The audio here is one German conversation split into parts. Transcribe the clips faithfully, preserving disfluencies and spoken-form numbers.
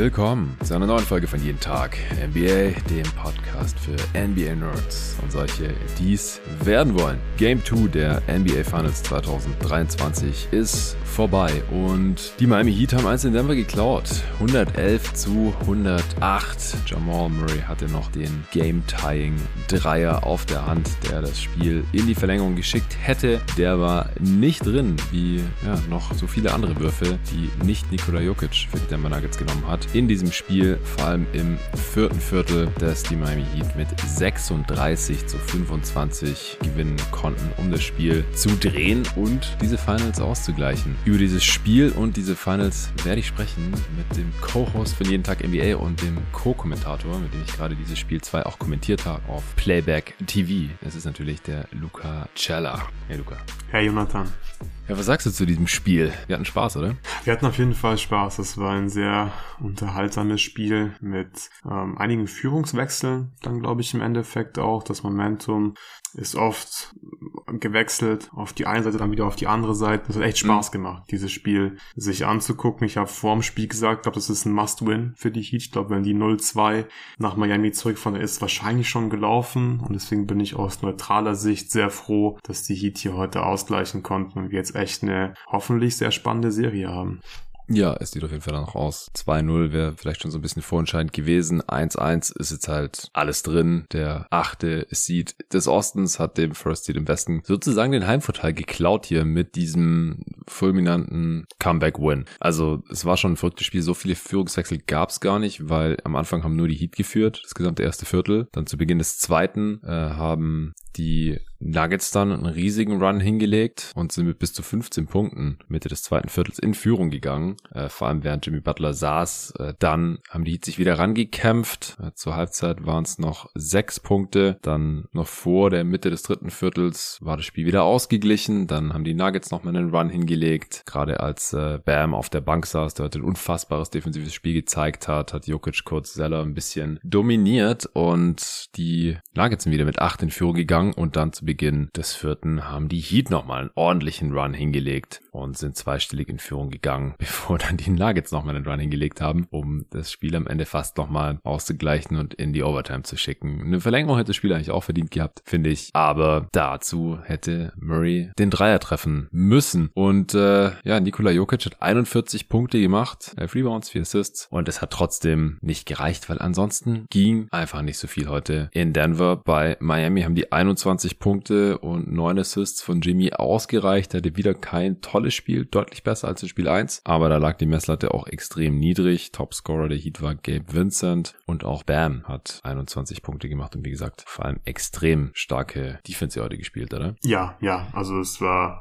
Willkommen zu einer neuen Folge von Jeden Tag N B A, dem Podcast für N B A-Nerds und solche, die es werden wollen. Game zwei der N B A Finals zwanzig dreiundzwanzig ist vorbei und die Miami Heat haben eins in Denver geklaut. hundertelf zu hundertacht. Jamal Murray hatte noch den Game-Tying-Dreier auf der Hand, der das Spiel in die Verlängerung geschickt hätte. Der war nicht drin, wie ja, noch so viele andere Würfe, die nicht Nikola Jokic für die Denver Nuggets genommen hat. In diesem Spiel, vor allem im vierten Viertel, das die Miami Heat mit sechsunddreißig zu fünfundzwanzig gewinnen konnten, um das Spiel zu drehen und diese Finals auszugleichen. Über dieses Spiel und diese Finals werde ich sprechen mit dem Co-Host von Jeden Tag N B A und dem Co-Kommentator, mit dem ich gerade dieses Spiel zwei auch kommentiert habe auf Playback T V. Es ist natürlich der Luca Cella. Hey Luca. Hey Jonathan. Ja, was sagst du zu diesem Spiel? Wir hatten Spaß, oder? Wir hatten auf jeden Fall Spaß. Es war ein sehr unterhaltsames Spiel mit ähm, einigen Führungswechseln. Dann glaube ich im Endeffekt auch, das Momentum ist oft gewechselt auf die eine Seite, dann wieder auf die andere Seite. Es hat echt Spaß mhm. gemacht, dieses Spiel sich anzugucken. Ich habe vor dem Spiel gesagt, ich glaube, das ist ein Must-Win für die Heat. Ich glaube, wenn die null zwei nach Miami zurückfahren, ist wahrscheinlich schon gelaufen. Und deswegen bin ich aus neutraler Sicht sehr froh, dass die Heat hier heute ausgleichen konnten und wir jetzt echt eine hoffentlich sehr spannende Serie haben. Ja, es sieht auf jeden Fall danach aus. zwei null wäre vielleicht schon so ein bisschen vorentscheidend gewesen. eins eins ist jetzt halt alles drin. Der achte Seed des Ostens hat dem First Seed im Westen sozusagen den Heimvorteil geklaut hier mit diesem fulminanten Comeback-Win. Also es war schon ein verrücktes Spiel. So viele Führungswechsel gab es gar nicht, weil am Anfang haben nur die Heat geführt, das gesamte erste Viertel. Dann zu Beginn des zweiten äh, haben die Nuggets dann einen riesigen Run hingelegt und sind mit bis zu fünfzehn Punkten Mitte des zweiten Viertels in Führung gegangen. Äh, vor allem während Jimmy Butler saß. Äh, dann haben die Heat sich wieder rangekämpft. Äh, zur Halbzeit waren es noch sechs Punkte. Dann noch vor der Mitte des dritten Viertels war das Spiel wieder ausgeglichen. Dann haben die Nuggets nochmal einen Run hingelegt. Gerade als äh, Bam auf der Bank saß, der heute ein unfassbares defensives Spiel gezeigt hat, hat Jokic kurz Zeller ein bisschen dominiert und die Nuggets sind wieder mit acht in Führung gegangen und dann zu Beginn des vierten haben die Heat nochmal einen ordentlichen Run hingelegt und sind zweistellig in Führung gegangen, bevor dann die Nuggets nochmal einen Run hingelegt haben, um das Spiel am Ende fast nochmal auszugleichen und in die Overtime zu schicken. Eine Verlängerung hätte das Spiel eigentlich auch verdient gehabt, finde ich, aber dazu hätte Murray den Dreier treffen müssen und äh, ja, Nikola Jokic hat einundvierzig Punkte gemacht, elf Rebounds, vier Assists und es hat trotzdem nicht gereicht, weil ansonsten ging einfach nicht so viel heute in Denver. Bei Miami haben die einundzwanzig Punkte und neun Assists von Jimmy ausgereicht, er hatte wieder kein tolles Spiel, deutlich besser als in Spiel eins, aber da lag die Messlatte auch extrem niedrig. Topscorer der Heat war Gabe Vincent und auch Bam hat einundzwanzig Punkte gemacht und wie gesagt, vor allem extrem starke Defense heute gespielt, oder? Ja, ja, also es war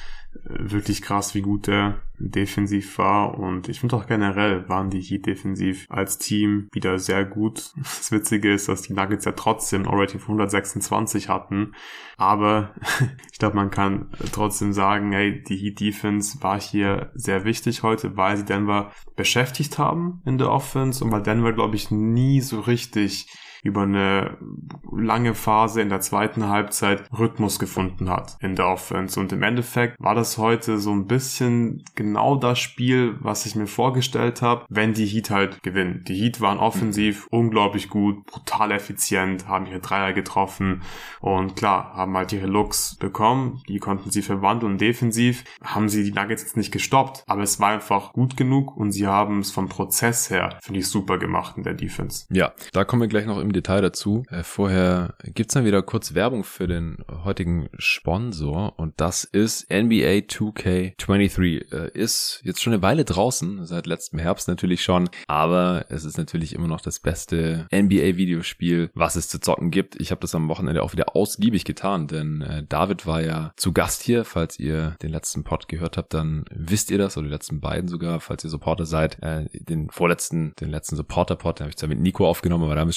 wirklich krass, wie gut der defensiv war und ich finde auch generell waren die Heat defensiv als Team wieder sehr gut. Das Witzige ist, dass die Nuggets ja trotzdem ein Rating von hundertsechsundzwanzig hatten, aber ich glaube, man kann trotzdem sagen, hey, die Heat Defense war hier sehr wichtig heute, weil sie Denver beschäftigt haben in der Offense und weil Denver, glaube ich, nie so richtig über eine lange Phase in der zweiten Halbzeit Rhythmus gefunden hat in der Offense. Und im Endeffekt war das heute so ein bisschen genau das Spiel, was ich mir vorgestellt habe, wenn die Heat halt gewinnen. Die Heat waren offensiv mhm. unglaublich gut, brutal effizient, haben ihre Dreier getroffen und klar, haben halt ihre Looks bekommen, die konnten sie verwandeln. Defensiv haben sie die Nuggets jetzt nicht gestoppt, aber es war einfach gut genug und sie haben es vom Prozess her, finde ich, super gemacht in der Defense. Ja, da kommen wir gleich noch im Detail dazu. Äh, vorher gibt's dann wieder kurz Werbung für den heutigen Sponsor und das ist N B A two K twenty-three. Äh, ist jetzt schon eine Weile draußen, seit letztem Herbst natürlich schon, aber es ist natürlich immer noch das beste N B A-Videospiel, was es zu zocken gibt. Ich habe das am Wochenende auch wieder ausgiebig getan, denn äh, David war ja zu Gast hier. Falls ihr den letzten Pod gehört habt, dann wisst ihr das, oder die letzten beiden sogar, falls ihr Supporter seid. Äh, den vorletzten, den letzten Supporter-Pod, den habe ich zwar mit Nico aufgenommen, aber da haben wir es schon erwähnt, dass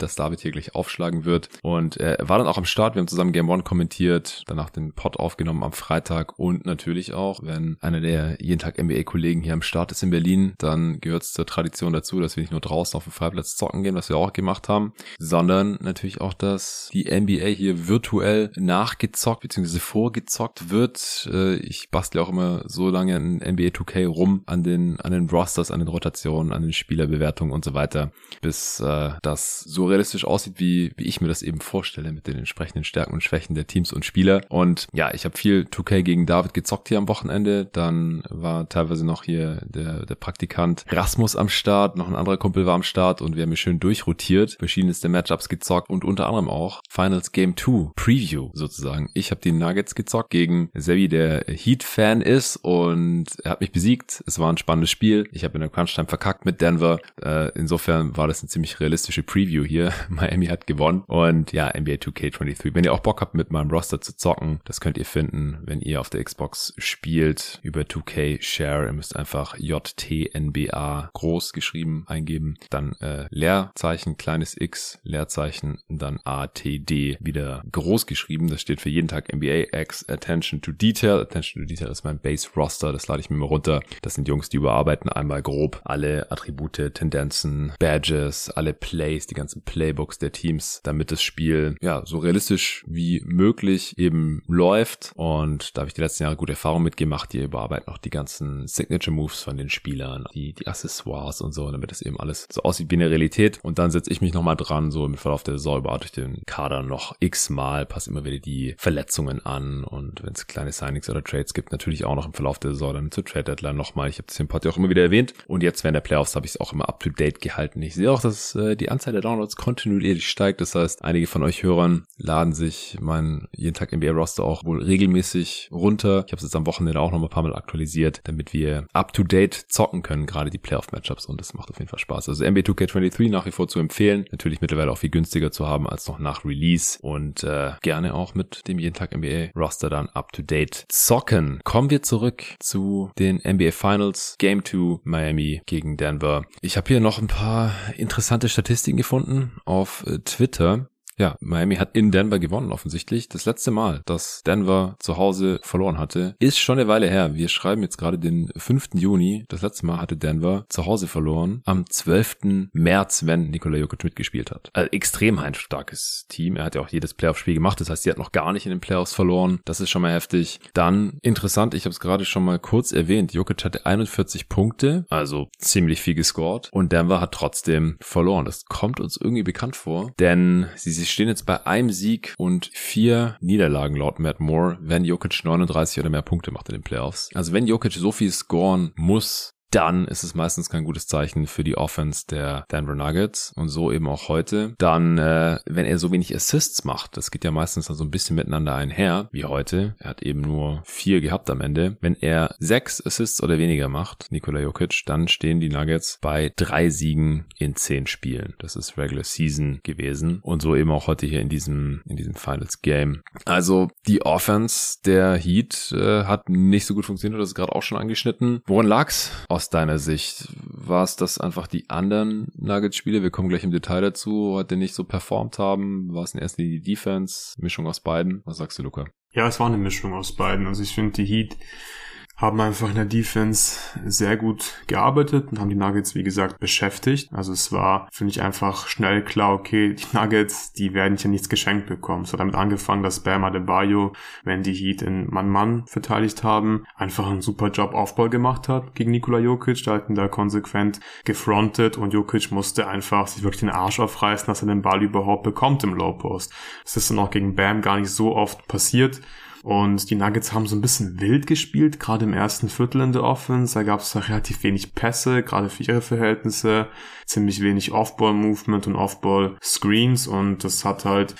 dass David hier gleich aufschlagen wird. Und er war dann auch am Start. Wir haben zusammen Game One kommentiert, danach den Pod aufgenommen am Freitag und natürlich auch, wenn einer der jeden Tag N B A-Kollegen hier am Start ist in Berlin, dann gehört es zur Tradition dazu, dass wir nicht nur draußen auf dem Freiplatz zocken gehen, was wir auch gemacht haben, sondern natürlich auch, dass die N B A hier virtuell nachgezockt bzw. vorgezockt wird. Ich bastle auch immer so lange in N B A zwei K rum an den an den Rosters, an den Rotationen, an den Spielerbewertungen und so weiter, bis äh, das so realistisch aussieht, wie wie ich mir das eben vorstelle, mit den entsprechenden Stärken und Schwächen der Teams und Spieler. Und ja, ich habe viel zwei K gegen David gezockt hier am Wochenende. Dann war teilweise noch hier der der Praktikant Rasmus am Start, noch ein anderer Kumpel war am Start und wir haben hier schön durchrotiert, verschiedenste Matchups gezockt und unter anderem auch Finals Game zwei Preview sozusagen. Ich habe die Nuggets gezockt gegen Sebi, der Heat-Fan ist, und er hat mich besiegt. Es war ein spannendes Spiel. Ich habe in der Crunch-Time verkackt mit Denver. Äh, insofern war das eine ziemlich realistische Preview hier. Miami hat gewonnen. Und ja, N B A zwei K dreiundzwanzig. Wenn ihr auch Bock habt, mit meinem Roster zu zocken, das könnt ihr finden, wenn ihr auf der Xbox spielt, über zwei K Share. Ihr müsst einfach J T N B A groß geschrieben eingeben. Dann äh, Leerzeichen, kleines X, Leerzeichen, dann A T D wieder groß geschrieben. Das steht für jeden Tag N B A X Attention to Detail. Attention to Detail ist mein Base-Roster. Das lade ich mir mal runter. Das sind Jungs, die überarbeiten einmal grob alle Attribute, Tendenzen, Badges, alle Plays, die ganzen Playbooks der Teams, damit das Spiel ja so realistisch wie möglich eben läuft. Und da habe ich die letzten Jahre gute Erfahrungen mitgemacht. Die überarbeiten auch die ganzen Signature Moves von den Spielern, die, die Accessoires und so, damit das eben alles so aussieht wie eine Realität. Und dann setze ich mich nochmal dran, so im Verlauf der Saison überarbeite ich den Kader noch x-mal, passe immer wieder die Verletzungen an, und wenn es kleine Signings oder Trades gibt, natürlich auch noch im Verlauf der Saison dann zur Trade-Deadline nochmal. Ich habe das im Pod ja auch immer wieder erwähnt, und jetzt während der Playoffs habe ich es auch immer up-to-date gehalten. Ich sehe auch, dass äh, die Anzahl der Downloads kontinuierlich steigt. Das heißt, einige von euch Hörern laden sich mein jeden Tag N B A-Roster auch wohl regelmäßig runter. Ich habe es jetzt am Wochenende auch noch ein paar Mal aktualisiert, damit wir up-to-date zocken können, gerade die Playoff-Matchups, und das macht auf jeden Fall Spaß. Also N B A zwei K dreiundzwanzig nach wie vor zu empfehlen. Natürlich mittlerweile auch viel günstiger zu haben als noch nach Release, und äh, gerne auch mit dem jeden Tag N B A-Roster dann up-to-date zocken. Kommen wir zurück zu den N B A Finals. Game zwei Miami gegen Denver. Ich habe hier noch ein paar interessante Statistiken gefunden auf äh, Twitter. Ja, Miami hat in Denver gewonnen offensichtlich. Das letzte Mal, dass Denver zu Hause verloren hatte, ist schon eine Weile her. Wir schreiben jetzt gerade den fünften Juni. Das letzte Mal hatte Denver zu Hause verloren am zwölften März, wenn Nikola Jokic mitgespielt hat. Also extrem heimstarkes Team. Er hat ja auch jedes Playoff-Spiel gemacht. Das heißt, sie hat noch gar nicht in den Playoffs verloren. Das ist schon mal heftig. Dann interessant, ich habe es gerade schon mal kurz erwähnt. Jokic hatte einundvierzig Punkte, also ziemlich viel gescored. Und Denver hat trotzdem verloren. Das kommt uns irgendwie bekannt vor, denn sie sich stehen jetzt bei einem Sieg und vier Niederlagen laut Matt Moore, wenn Jokic neununddreißig oder mehr Punkte macht in den Playoffs. Also wenn Jokic so viel scoren muss, dann ist es meistens kein gutes Zeichen für die Offense der Denver Nuggets, und so eben auch heute. Dann, äh, wenn er so wenig Assists macht, das geht ja meistens dann so ein bisschen miteinander einher, wie heute. Er hat eben nur vier gehabt am Ende. Wenn er sechs Assists oder weniger macht, Nikola Jokic, dann stehen die Nuggets bei drei Siegen in zehn Spielen. Das ist Regular Season gewesen, und so eben auch heute hier in diesem in diesem Finals Game. Also die Offense der Heat äh, hat nicht so gut funktioniert, das ist gerade auch schon angeschnitten. Woran lag's? Aus deiner Sicht, war es das einfach die anderen Nuggets-Spiele? Wir kommen gleich im Detail dazu, heute nicht so performt haben. War es in erster Linie die Defense? Mischung aus beiden? Was sagst du, Luca? Ja, es war eine Mischung aus beiden. Also ich finde, die Heat haben einfach in der Defense sehr gut gearbeitet und haben die Nuggets, wie gesagt, beschäftigt. Also es war, finde ich, einfach schnell klar, okay, die Nuggets, die werden hier nichts geschenkt bekommen. Es hat damit angefangen, dass Bam Adebayo, wenn die Heat in Mann-Mann verteidigt haben, einfach einen super Job Aufball gemacht hat gegen Nikola Jokic. Da hat ihn da konsequent gefrontet, und Jokic musste einfach sich wirklich den Arsch aufreißen, dass er den Ball überhaupt bekommt im Low Post. Das ist dann auch gegen Bam gar nicht so oft passiert. Und die Nuggets haben so ein bisschen wild gespielt, gerade im ersten Viertel in der Offense. Da gab es relativ wenig Pässe, gerade für ihre Verhältnisse. Ziemlich wenig Off-Ball-Movement und Off-Ball-Screens. Und das hat halt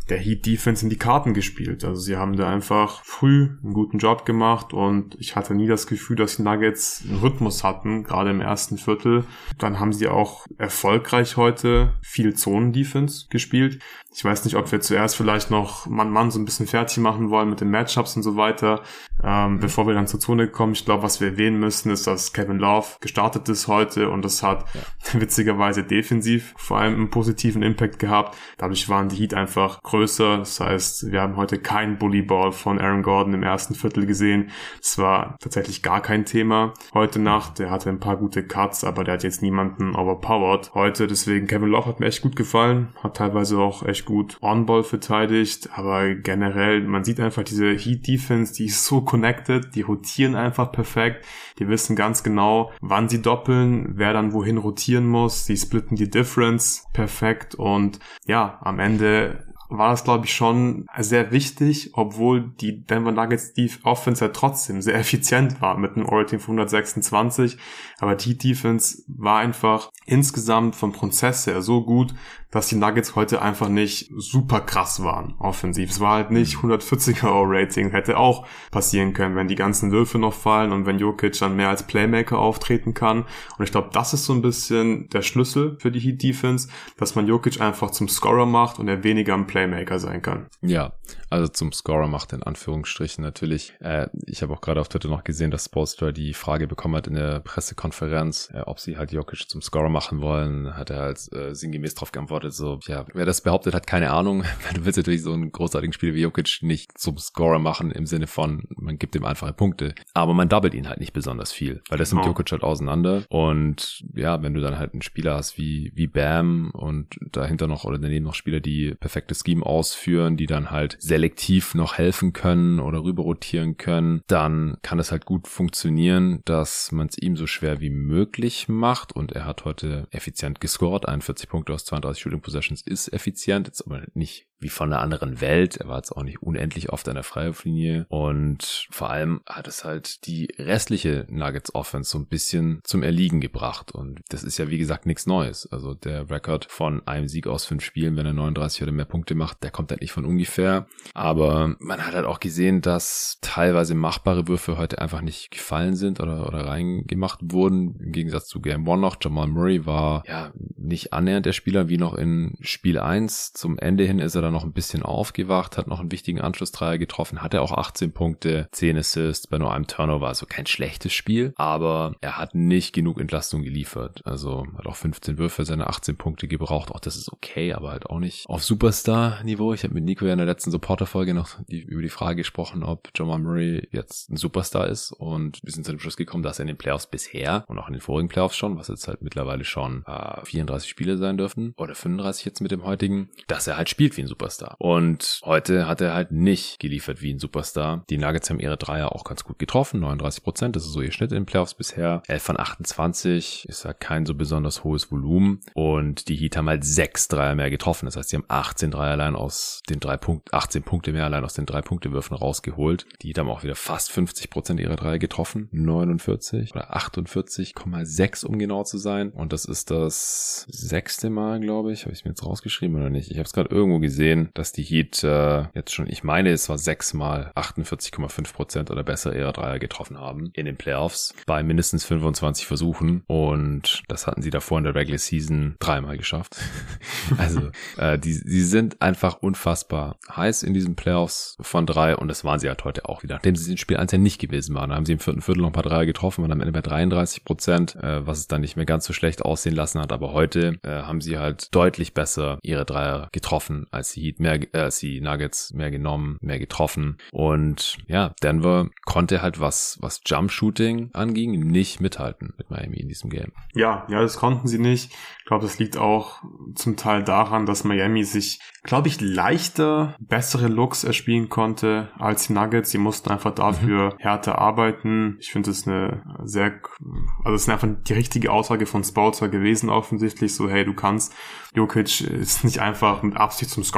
der Heat Defense in die Karten gespielt. Also sie haben da einfach früh einen guten Job gemacht und ich hatte nie das Gefühl, dass die Nuggets einen Rhythmus hatten, gerade im ersten Viertel. Dann haben sie auch erfolgreich heute viel Zonen-Defense gespielt. Ich weiß nicht, ob wir zuerst vielleicht noch Mann-Mann so ein bisschen fertig machen wollen mit den Matchups und so weiter, ähm, mhm. bevor wir dann zur Zone kommen. Ich glaube, was wir erwähnen müssen, ist, dass Kevin Love gestartet ist heute und das hat ja. witzigerweise defensiv vor allem einen positiven Impact gehabt. Dadurch waren die Heat einfach größer. Das heißt, wir haben heute keinen Bullyball von Aaron Gordon im ersten Viertel gesehen. Das war tatsächlich gar kein Thema heute Nacht. Der hatte ein paar gute Cuts, aber der hat jetzt niemanden overpowered heute. Deswegen, Kevin Love hat mir echt gut gefallen. Hat teilweise auch echt gut On-Ball verteidigt, aber generell, man sieht einfach diese Heat-Defense, die ist so connected, die rotieren einfach perfekt, die wissen ganz genau, wann sie doppeln, wer dann wohin rotieren muss, die splitten die Difference perfekt und ja, am Ende war das, glaube ich, schon sehr wichtig, obwohl die Denver Nuggets die Offense ja trotzdem sehr effizient war mit einem Rating von hundertsechsundzwanzig, aber die Defense war einfach insgesamt vom Prozess her so gut, dass die Nuggets heute einfach nicht super krass waren offensiv. Es war halt nicht hundertvierziger O-Rating, hätte auch passieren können, wenn die ganzen Würfe noch fallen und wenn Jokic dann mehr als Playmaker auftreten kann. Und ich glaube, das ist so ein bisschen der Schlüssel für die Heat-Defense, dass man Jokic einfach zum Scorer macht und er weniger ein Playmaker sein kann. Ja, also zum Scorer macht in Anführungsstrichen natürlich. Äh, ich habe auch gerade auf Twitter noch gesehen, dass Spoelstra die Frage bekommen hat in der Pressekonferenz, äh, ob sie halt Jokic zum Scorer machen wollen. Hat er halt äh, sinngemäß drauf geantwortet, so, ja, wer das behauptet, hat keine Ahnung. Du willst natürlich so einen großartigen Spieler wie Jokic nicht zum Scorer machen im Sinne von, man gibt ihm einfache Punkte. Aber man doubled ihn halt nicht besonders viel, weil das nimmt oh. Jokic halt auseinander. Und ja, wenn du dann halt einen Spieler hast wie wie Bam und dahinter noch oder daneben noch Spieler, die perfekte Scheme ausführen, die dann halt selektiv noch helfen können oder rüber rotieren können, dann kann es halt gut funktionieren, dass man es ihm so schwer wie möglich macht. Und er hat heute effizient gescored, einundvierzig Punkte aus zweiunddreißig Shooting Possessions ist effizient, jetzt aber nicht wie von einer anderen Welt. Er war jetzt auch nicht unendlich oft an der Freiwurflinie und vor allem hat es halt die restliche Nuggets Offense so ein bisschen zum Erliegen gebracht und das ist ja wie gesagt nichts Neues. Also der Rekord von einem Sieg aus fünf Spielen, wenn er neununddreißig oder mehr Punkte macht, der kommt halt nicht von ungefähr, aber man hat halt auch gesehen, dass teilweise machbare Würfe heute einfach nicht gefallen sind oder, oder reingemacht wurden, im Gegensatz zu Game One noch. Jamal Murray war ja nicht annähernd der Spieler wie noch in Spiel eins. Zum Ende hin ist er dann noch ein bisschen aufgewacht, hat noch einen wichtigen Anschlussdreier getroffen, hatte auch achtzehn Punkte, zehn Assists bei nur einem Turnover, also kein schlechtes Spiel, aber er hat nicht genug Entlastung geliefert. Also hat auch fünfzehn Würfe, seine achtzehn Punkte gebraucht. Auch das ist okay, aber halt auch nicht auf Superstar-Niveau. Ich habe mit Nico ja in der letzten Supporter-Folge noch die, über die Frage gesprochen, ob Jamal Murray jetzt ein Superstar ist und wir sind zu dem Schluss gekommen, dass er in den Playoffs bisher und auch in den vorigen Playoffs schon, was jetzt halt mittlerweile schon äh, vierunddreißig Spiele sein dürfen oder fünfunddreißig jetzt mit dem heutigen, dass er halt spielt wie ein Superstar. Und heute hat er halt nicht geliefert wie ein Superstar. Die Nuggets haben ihre Dreier auch ganz gut getroffen, neununddreißig Prozent, das ist so ihr Schnitt in den Playoffs bisher. elf von achtundzwanzig ist ja kein so besonders hohes Volumen und die Heat haben halt sechs Dreier mehr getroffen. Das heißt, sie haben achtzehn Dreier allein aus den drei Punkten, achtzehn Punkte mehr allein aus den drei Punktewürfen rausgeholt. Die Heat haben auch wieder fast fünfzig Prozent ihrer Dreier getroffen, neunundvierzig oder achtundvierzig Komma sechs um genau zu sein. Und das ist das sechste Mal, glaube ich. Habe ich es mir jetzt rausgeschrieben oder nicht? Ich habe es gerade irgendwo gesehen, dass die Heat äh, jetzt schon, ich meine, es war sechsmal achtundvierzig Komma fünf Prozent oder besser ihrer Dreier getroffen haben in den Playoffs bei mindestens fünfundzwanzig Versuchen. Und das hatten sie davor in der Regular Season dreimal geschafft. Also äh, die, die sind einfach unfassbar heiß in diesen Playoffs von drei und das waren sie halt heute auch wieder. Nachdem sie in Spiel eins ja nicht gewesen waren, da haben sie im vierten Viertel noch ein paar Dreier getroffen und am Ende bei dreiunddreißig Prozent, äh, was es dann nicht mehr ganz so schlecht aussehen lassen hat. Aber heute äh, haben sie halt deutlich besser ihre Dreier getroffen, als die Heat mehr, äh, als die Nuggets mehr genommen, mehr getroffen. Und ja, Denver konnte halt was, was Jump-Shooting anging, nicht mithalten mit Miami in diesem Game. Ja, ja, das konnten sie nicht. Ich glaube, das liegt auch zum Teil daran, dass Miami sich, glaube ich, leichter bessere Looks erspielen konnte als die Nuggets. Sie mussten einfach dafür mhm. härter arbeiten. Ich finde es eine sehr, also es ist einfach die richtige Aussage von Spoelstra gewesen offensichtlich. So, hey, du kannst, Jokic ist nicht einfach mit Absicht zum Scorer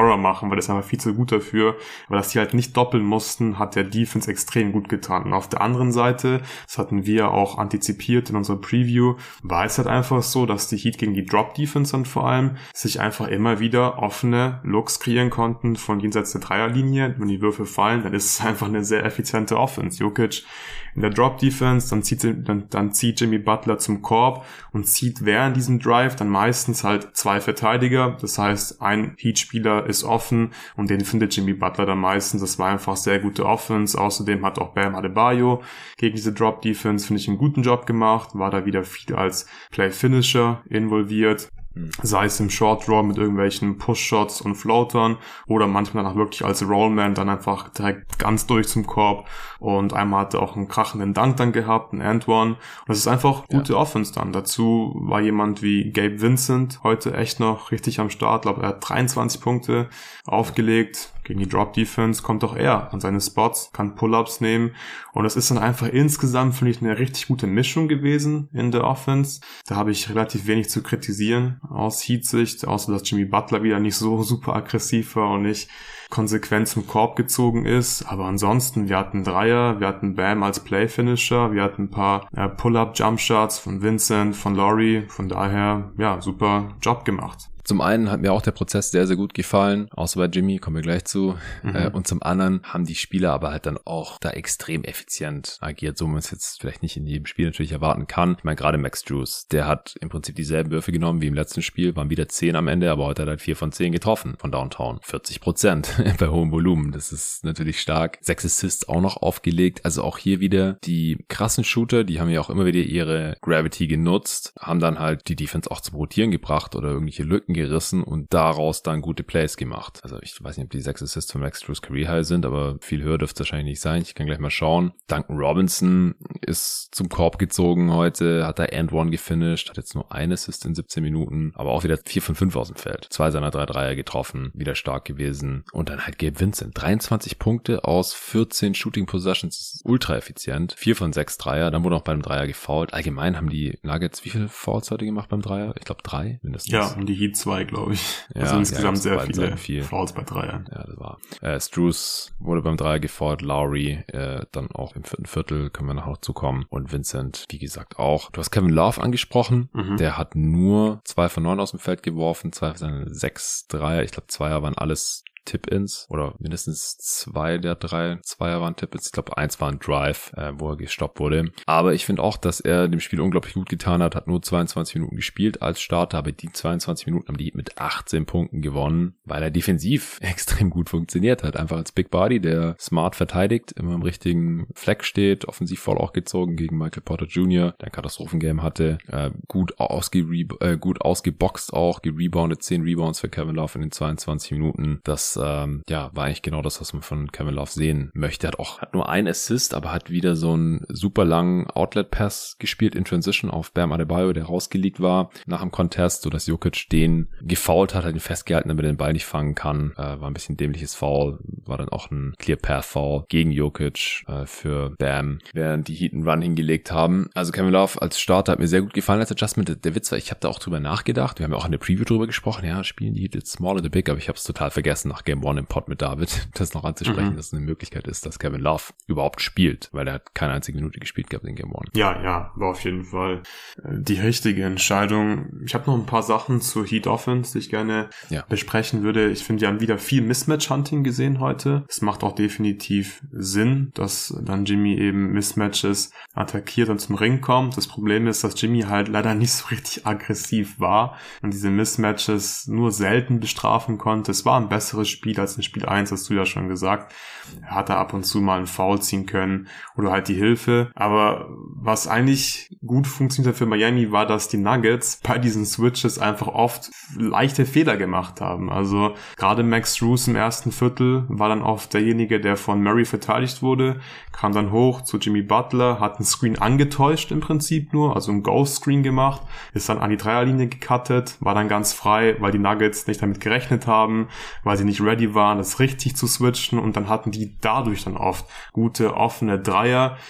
Scorer machen, weil das ist einfach viel zu gut dafür. Aber dass die halt nicht doppeln mussten, hat der Defense extrem gut getan. Und auf der anderen Seite, das hatten wir auch antizipiert in unserer Preview, war es halt einfach so, dass die Heat gegen die Drop-Defense dann vor allem sich einfach immer wieder offene Looks kreieren konnten von jenseits der Dreierlinie. Wenn die Würfe fallen, dann ist es einfach eine sehr effiziente Offense. Jokic in der Drop-Defense, dann zieht, dann, dann zieht Jimmy Butler zum Korb und zieht während diesem Drive dann meistens halt zwei Verteidiger. Das heißt, ein Heat-Spieler ist offen und den findet Jimmy Butler dann meistens. Das war einfach sehr gute Offense. Außerdem hat auch Bam Adebayo gegen diese Drop-Defense, finde ich, einen guten Job gemacht. War da wieder viel als Play-Finisher involviert. Sei es im Short Draw mit irgendwelchen Push-Shots und Floatern oder manchmal dann auch wirklich als Rollman dann einfach direkt ganz durch zum Korb, und einmal hat er auch einen krachenden Dunk dann gehabt, einen And-One, und das ist einfach gute ja. Offense dann. Dazu war jemand wie Gabe Vincent heute echt noch richtig am Start. Ich glaube, er hat dreiundzwanzig Punkte aufgelegt. Gegen die Drop-Defense kommt auch er an seine Spots, kann Pull-Ups nehmen, und das ist dann einfach insgesamt, finde ich, eine richtig gute Mischung gewesen in der Offense. Da habe ich relativ wenig zu kritisieren aus Heat-Sicht, außer dass Jimmy Butler wieder nicht so super aggressiv war und nicht konsequent zum Korb gezogen ist. Aber ansonsten, wir hatten Dreier, wir hatten Bam als Play-Finisher, wir hatten ein paar äh, Pull-Up-Jump-Shots von Vincent, von Laurie. Von daher, ja, super Job gemacht. Zum einen hat mir auch der Prozess sehr, sehr gut gefallen, außer bei Jimmy, kommen wir gleich zu. Mhm. Äh, und zum anderen haben die Spieler aber halt dann auch da extrem effizient agiert, so man es jetzt vielleicht nicht in jedem Spiel natürlich erwarten kann. Ich meine, gerade Max Strus, der hat im Prinzip dieselben Würfe genommen wie im letzten Spiel, waren wieder zehn am Ende, aber heute hat er halt vier von zehn getroffen von Downtown. vierzig Prozent bei hohem Volumen, das ist natürlich stark. Sechs Assists auch noch aufgelegt, also auch hier wieder die krassen Shooter, die haben ja auch immer wieder ihre Gravity genutzt, haben dann halt die Defense auch zum Rotieren gebracht oder irgendwelche Lücken gerissen und daraus dann gute Plays gemacht. Also ich weiß nicht, ob die sechs Assists von Max Strus Career High sind, aber viel höher dürfte es wahrscheinlich nicht sein. Ich kann gleich mal schauen. Duncan Robinson ist zum Korb gezogen heute, hat da And-One gefinisht, hat jetzt nur ein Assist in siebzehn Minuten, aber auch wieder vier von fünf aus dem Feld. Zwei seiner drei Dreier getroffen, wieder stark gewesen. Und dann halt Gabe Vincent. dreiundzwanzig Punkte aus vierzehn Shooting Possessions, das ist ultra effizient. vier von sechs Dreier, dann wurde auch beim Dreier gefoult. Allgemein haben die Nuggets wie viele Fouls heute gemacht beim Dreier? Ich glaube drei mindestens. Ja, und die Heat zwei, glaube ich. Ja, also insgesamt ja, sehr viele viel. Fouls bei Dreiern. Ja, das war. Äh, Strus wurde beim Dreier gefoult, Lowry äh, dann auch im vierten Viertel, können wir nachher noch zukommen. Und Vincent, wie gesagt, auch. Du hast Kevin Love angesprochen. Mhm. Der hat nur zwei von neun aus dem Feld geworfen, zwei von seinen sechs Dreier. Ich glaube, Zweier waren alles Tip-Ins oder mindestens zwei der drei Zweier waren Tip-Ins. Ich glaube, eins war ein Drive, äh, wo er gestoppt wurde. Aber ich finde auch, dass er dem Spiel unglaublich gut getan hat. Hat nur zweiundzwanzig Minuten gespielt als Starter, aber die zweiundzwanzig Minuten haben die mit achtzehn Punkten gewonnen, weil er defensiv extrem gut funktioniert hat. Einfach als Big Body, der smart verteidigt, immer im richtigen Fleck steht, offensiv voll auch gezogen gegen Michael Porter Junior, der ein Katastrophengame hatte, äh, gut, ausge äh, gut ausgeboxt auch, gereboundet, zehn Rebounds für Kevin Love in den zweiundzwanzig Minuten. Das ähm, ja, war eigentlich genau das, was man von Kevin Love sehen möchte. Hat auch, hat nur ein Assist, aber hat wieder so einen super langen Outlet-Pass gespielt in Transition auf Bam Adebayo, der rausgeleakt war nach dem Contest, sodass Jokic den gefoult hat, hat ihn festgehalten, damit er den Ball nicht fangen kann. Äh, war ein bisschen dämliches Foul, war dann auch ein Clear-Path-Foul gegen Jokic äh, für Bam, während die Heat einen Run hingelegt haben. Also Kevin Love als Starter hat mir sehr gut gefallen als Adjustment. Der, der Witz war, ich habe da auch drüber nachgedacht. Wir haben ja auch in der Preview drüber gesprochen. Ja, spielen die Heat jetzt small or the big, aber ich habe es total vergessen nach Game One im Pod mit David, das noch anzusprechen, mhm. dass es eine Möglichkeit ist, dass Kevin Love überhaupt spielt, weil er hat keine einzige Minute gespielt gehabt in Game One. Ja, ja, war auf jeden Fall die richtige Entscheidung. Ich habe noch ein paar Sachen zur Heat Offense, die ich gerne ja. besprechen würde. Ich finde, wir haben wieder viel Mismatch-Hunting gesehen heute. Es macht auch definitiv Sinn, dass dann Jimmy eben Mismatches attackiert und zum Ring kommt. Das Problem ist, dass Jimmy halt leider nicht so richtig aggressiv war und diese Mismatches nur selten bestrafen konnte. Es war ein besseres Spiel als in Spiel eins, hast du ja schon gesagt. Er hatte ab und zu mal einen Foul ziehen können oder halt die Hilfe. Aber was eigentlich gut funktioniert für Miami war, dass die Nuggets bei diesen Switches einfach oft leichte Fehler gemacht haben. Also gerade Max Strus im ersten Viertel war dann oft derjenige, der von Murray verteidigt wurde, kam dann hoch zu Jimmy Butler, hat einen Screen angetäuscht im Prinzip nur, also einen Ghost-Screen gemacht, ist dann an die Dreierlinie gecuttet, war dann ganz frei, weil die Nuggets nicht damit gerechnet haben, weil sie nicht ready waren, das richtig zu switchen, und dann hatten die dadurch dann oft gute offene Dreier.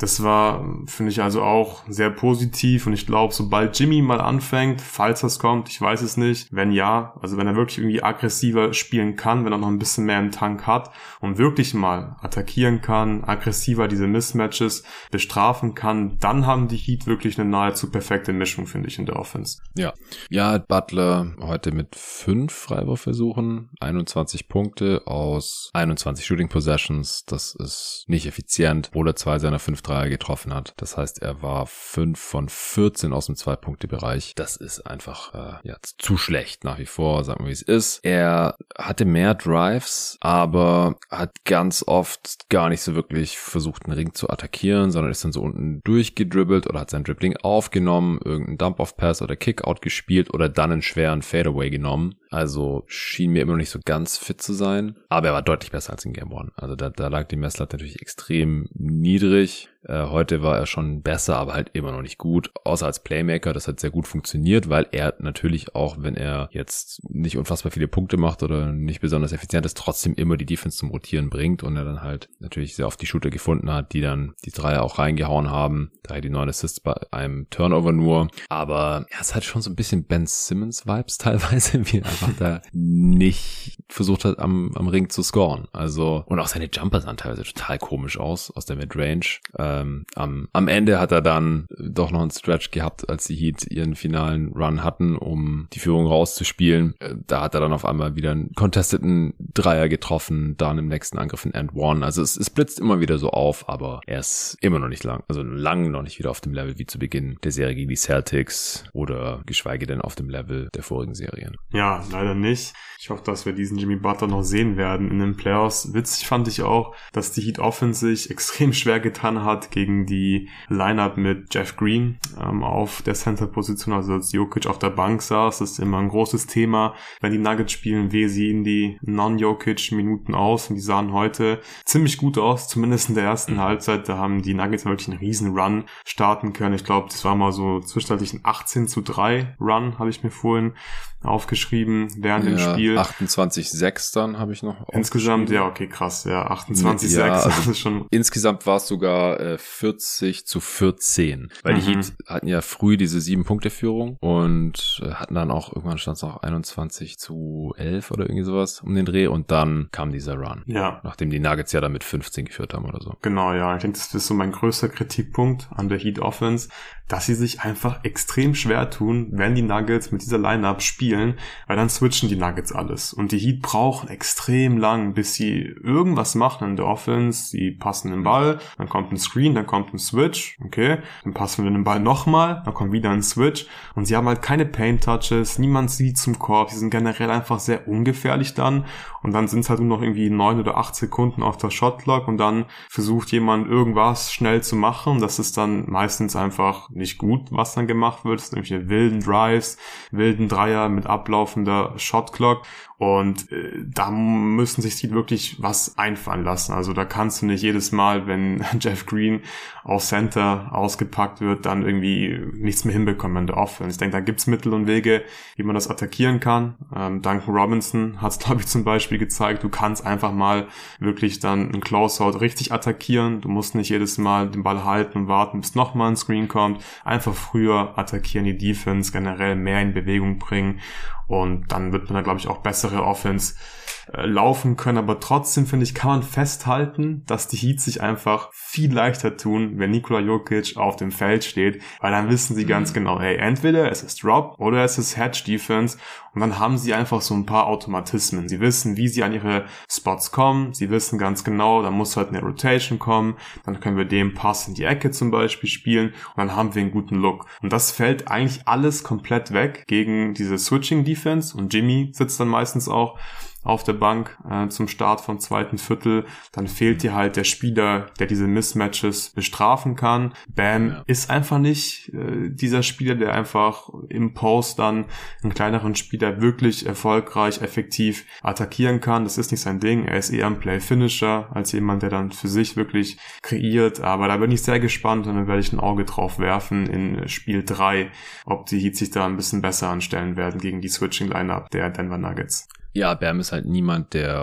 Das war, finde ich, also auch sehr positiv und ich glaube, sobald Jimmy mal anfängt, falls das kommt, ich weiß es nicht, wenn ja, also wenn er wirklich irgendwie aggressiver spielen kann, wenn er noch ein bisschen mehr im Tank hat und wirklich mal attackieren kann, aggressiver diese Mismatches bestrafen kann, dann haben die Heat wirklich eine nahezu perfekte Mischung, finde ich, in der Offense. Ja, ja, Butler heute mit fünf Freiwurfversuchen, einundzwanzig Punkte aus einundzwanzig Shooting Possessions, das ist nicht effizient, obwohl er zwei seiner fünf Dreier getroffen hat. Das heißt, er war fünf von vierzehn aus dem Zwei-Punkte-Bereich. Das ist einfach äh, ja, zu schlecht nach wie vor, sagen wir wie es ist. Er hatte mehr Drives, aber hat ganz oft gar nicht so wirklich versucht, einen Ring zu attackieren, sondern ist dann so unten durchgedribbelt oder hat sein Dribbling aufgenommen, irgendeinen Dump-Off-Pass oder Kick-Out gespielt oder dann einen schweren Fadeaway genommen. Also schien mir immer noch nicht so ganz fit zu sein, aber er war deutlich besser als in Game One. Also da, da lag die Messlatte natürlich extrem niedrig. Äh, heute war er schon besser, aber halt immer noch nicht gut, außer als Playmaker. Das hat sehr gut funktioniert, weil er natürlich auch, wenn er jetzt nicht unfassbar viele Punkte macht oder nicht besonders effizient ist, trotzdem immer die Defense zum Rotieren bringt und er dann halt natürlich sehr oft die Shooter gefunden hat, die dann die Dreier auch reingehauen haben. Daher die neun Assists bei einem Turnover nur. Aber ja, es hat schon so ein bisschen Ben Simmons-Vibes teilweise, wie er einfach da nicht versucht hat, am, am Ring zu scoren. Also, und auch seine Jumper sahen teilweise total komisch aus, aus der Midrange. Ähm, am, am Ende hat er dann doch noch einen Stretch gehabt, als die Heat ihren finalen Run hatten, um die Führung rauszuspielen. Äh, da hat er dann auf einmal wieder einen contesteten Dreier getroffen, dann im nächsten Angriff in And One. Also es, es blitzt immer wieder so auf, aber er ist immer noch nicht lang, also lang noch nicht wieder auf dem Level wie zu Beginn der Serie gegen die Celtics oder geschweige denn auf dem Level der vorigen Serien. Ja, leider nicht. Ich hoffe, dass wir diesen Jimmy Butler noch sehen werden in den Playoffs. Witzig fand ich auch, dass die Heat Offense sich extrem schwer getan hat gegen die Lineup mit Jeff Green ähm, auf der Center-Position, also als Jokic auf der Bank saß. Das ist immer ein großes Thema. Wenn die Nuggets spielen, wie sehen die Non-Jokic-Minuten aus? Und die sahen heute ziemlich gut aus, zumindest in der ersten Halbzeit. Da haben die Nuggets wirklich einen riesen Run starten können. Ich glaube, das war mal so zwischenzeitlich ein achtzehn zu drei Run, habe ich mir vorhin aufgeschrieben während ja, dem Spiel. achtundzwanzig sechs dann habe ich noch insgesamt, ja, okay, krass, ja, achtundzwanzig sechs. Ja, also das ist schon. Insgesamt war es sogar äh, vierzig zu vierzehn, weil Mhm. die Heat hatten ja früh diese sieben-Punkte-Führung und äh, hatten dann auch, irgendwann stand es auch einundzwanzig zu elf oder irgendwie sowas um den Dreh und dann kam dieser Run. Ja. Nachdem die Nuggets ja dann mit fünfzehn geführt haben oder so. Genau, ja, ich denke, das ist so mein größter Kritikpunkt an der Heat Offense, dass sie sich einfach extrem schwer tun, wenn die Nuggets mit dieser Lineup spielen, weil dann switchen die Nuggets alles. Und die Heat brauchen extrem lang, bis sie irgendwas machen in der Offense. Sie passen den Ball, dann kommt ein Screen, dann kommt ein Switch, okay, dann passen wir den Ball nochmal, dann kommt wieder ein Switch und sie haben halt keine Paint-Touches, niemand sieht zum Korb, sie sind generell einfach sehr ungefährlich dann und dann sind es halt nur noch irgendwie neun oder acht Sekunden auf der Shotclock und dann versucht jemand irgendwas schnell zu machen. Das ist dann meistens einfach nicht gut, was dann gemacht wird. Das sind irgendwelche wilden Drives, wilden Dreier mit ablaufender Shotclock. Und äh, da müssen sich die wirklich was einfallen lassen. Also da kannst du nicht jedes Mal, wenn Jeff Green auf Center ausgepackt wird, dann irgendwie nichts mehr hinbekommen in der Offense. Ich denke, da gibt's Mittel und Wege, wie man das attackieren kann. Ähm, Duncan Robinson hat es, glaube ich, zum Beispiel gezeigt. Du kannst einfach mal wirklich dann einen Closeout richtig attackieren. Du musst nicht jedes Mal den Ball halten und warten, bis nochmal ein Screen kommt. Einfach früher attackieren, die Defense generell mehr in Bewegung bringen. Und dann wird man da, glaube ich, auch bessere Offense äh, laufen können. Aber trotzdem, finde ich, kann man festhalten, dass die Heat sich einfach viel leichter tun, wenn Nikola Jokic auf dem Feld steht. Weil dann wissen sie ganz genau, hey, entweder es ist Drop oder es ist Hedge Defense. Und dann haben sie einfach so ein paar Automatismen. Sie wissen, wie sie an ihre Spots kommen. Sie wissen ganz genau, da muss halt eine Rotation kommen. Dann können wir den Pass in die Ecke zum Beispiel spielen. Und dann haben wir einen guten Look. Und das fällt eigentlich alles komplett weg gegen diese Switching-Defense. Und Jimmy sitzt dann meistens auch auf der Bank äh, zum Start vom zweiten Viertel, dann fehlt dir halt der Spieler, der diese Mismatches bestrafen kann. Bam ja. ist einfach nicht äh, dieser Spieler, der einfach im Post dann einen kleineren Spieler wirklich erfolgreich, effektiv attackieren kann. Das ist nicht sein Ding. Er ist eher ein Play-Finisher als jemand, der dann für sich wirklich kreiert. Aber da bin ich sehr gespannt und dann werde ich ein Auge drauf werfen in Spiel drei, ob die Heat sich da ein bisschen besser anstellen werden gegen die Switching-Lineup der Denver Nuggets. Ja, Bam ist halt niemand, der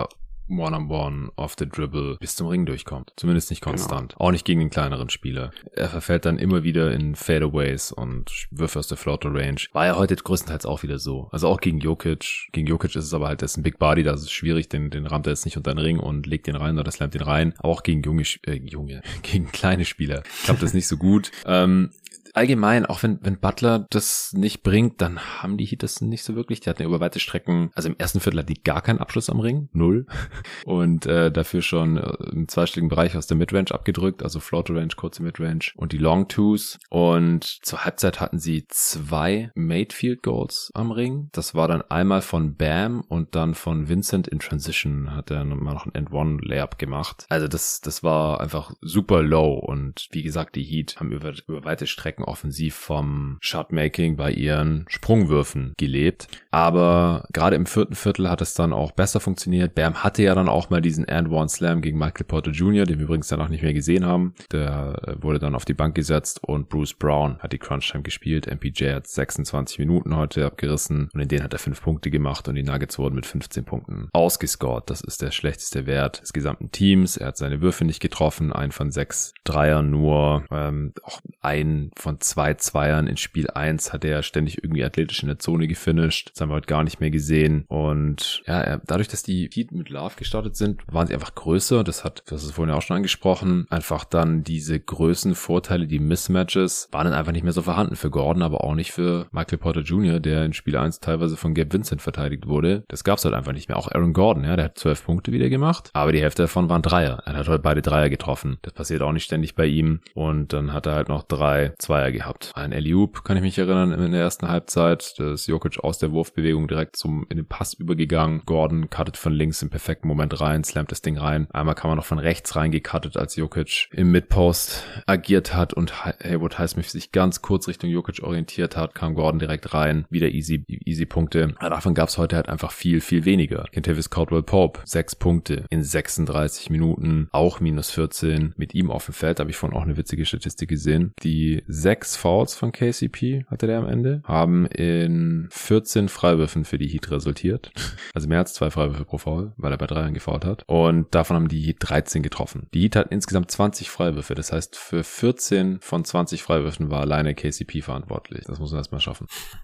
One-on-One, off the dribble bis zum Ring durchkommt. Zumindest nicht konstant. Genau. Auch nicht gegen den kleineren Spieler. Er verfällt dann immer wieder in Fadeaways und Würfe aus der Floater Range. War ja heute größtenteils auch wieder so. Also auch gegen Jokic. Gegen Jokic ist es aber halt, das ist ein Big Body, da ist es schwierig, den, den rammt er jetzt nicht unter den Ring und legt den rein oder slammt den rein. Aber auch gegen junge, äh, junge, gegen kleine Spieler klappt das nicht so gut. Ähm, Allgemein, auch wenn, wenn Butler das nicht bringt, dann haben die Heat das nicht so wirklich. Die hatten ja über weite Strecken, also im ersten Viertel hatten die gar keinen Abschluss am Ring, null. Und äh, dafür schon äh, im zweistelligen Bereich aus der Midrange abgedrückt, also Floater Range, kurze Midrange und die Long Twos. Und zur Halbzeit hatten sie zwei Made Field Goals am Ring. Das war dann einmal von Bam und dann von Vincent in Transition hat er mal noch ein End-One-Layup gemacht. Also das, das war einfach super low und wie gesagt, die Heat haben über, über weite Strecken offensiv vom Shotmaking bei ihren Sprungwürfen gelebt. Aber gerade im vierten Viertel hat es dann auch besser funktioniert. Bam hatte ja dann auch mal diesen And-One-Slam gegen Michael Porter Junior, den wir übrigens dann auch nicht mehr gesehen haben. Der wurde dann auf die Bank gesetzt und Bruce Brown hat die Crunch-Time gespielt. M P J hat sechsundzwanzig Minuten heute abgerissen und in denen hat er fünf Punkte gemacht und die Nuggets wurden mit fünfzehn Punkten ausgescored. Das ist der schlechteste Wert des gesamten Teams. Er hat seine Würfe nicht getroffen, ein von sechs Dreiern nur, ähm, auch ein von zwei Zweiern in Spiel eins hat er ständig irgendwie athletisch in der Zone gefinisht. Das haben wir heute gar nicht mehr gesehen. Und ja, er, dadurch, dass die Heat mit Love gestartet sind, waren sie einfach größer. Das hat, das ist vorhin ja auch schon angesprochen, einfach dann diese Größenvorteile, die Mismatches, waren dann einfach nicht mehr so vorhanden für Gordon, aber auch nicht für Michael Porter Junior, der in Spiel eins teilweise von Gabe Vincent verteidigt wurde. Das gab's halt einfach nicht mehr. Auch Aaron Gordon, ja, der hat zwölf Punkte wieder gemacht, aber die Hälfte davon waren Dreier. Er hat heute beide Dreier getroffen. Das passiert auch nicht ständig bei ihm. Und dann hat er halt noch drei Zweier gehabt. Ein Alley-Oop, kann ich mich erinnern, in der ersten Halbzeit. Da ist Jokic aus der Wurfbewegung direkt zum in den Pass übergegangen. Gordon cuttet von links im perfekten Moment rein, slammt das Ding rein. Einmal kam er noch von rechts reingecuttet, als Jokic im Midpost agiert hat und Haywood Highsmith sich ganz kurz Richtung Jokic orientiert hat, kam Gordon direkt rein. Wieder easy, easy Punkte. Aber davon gab es heute halt einfach viel, viel weniger. Kentavious Caldwell-Pope, sechs Punkte in sechsunddreißig Minuten, auch minus vierzehn. Mit ihm auf dem Feld habe ich vorhin auch eine witzige Statistik gesehen. Die sechs Fouls von K C P hatte der am Ende, haben in vierzehn Freiwürfen für die Heat resultiert. Also mehr als zwei Freiwürfe pro Foul, weil er bei Dreiern gefoult hat. Und davon haben die Heat dreizehn getroffen. Die Heat hat insgesamt zwanzig Freiwürfe. Das heißt, für vierzehn von zwanzig Freiwürfen war alleine K C P verantwortlich. Das muss man erstmal schaffen.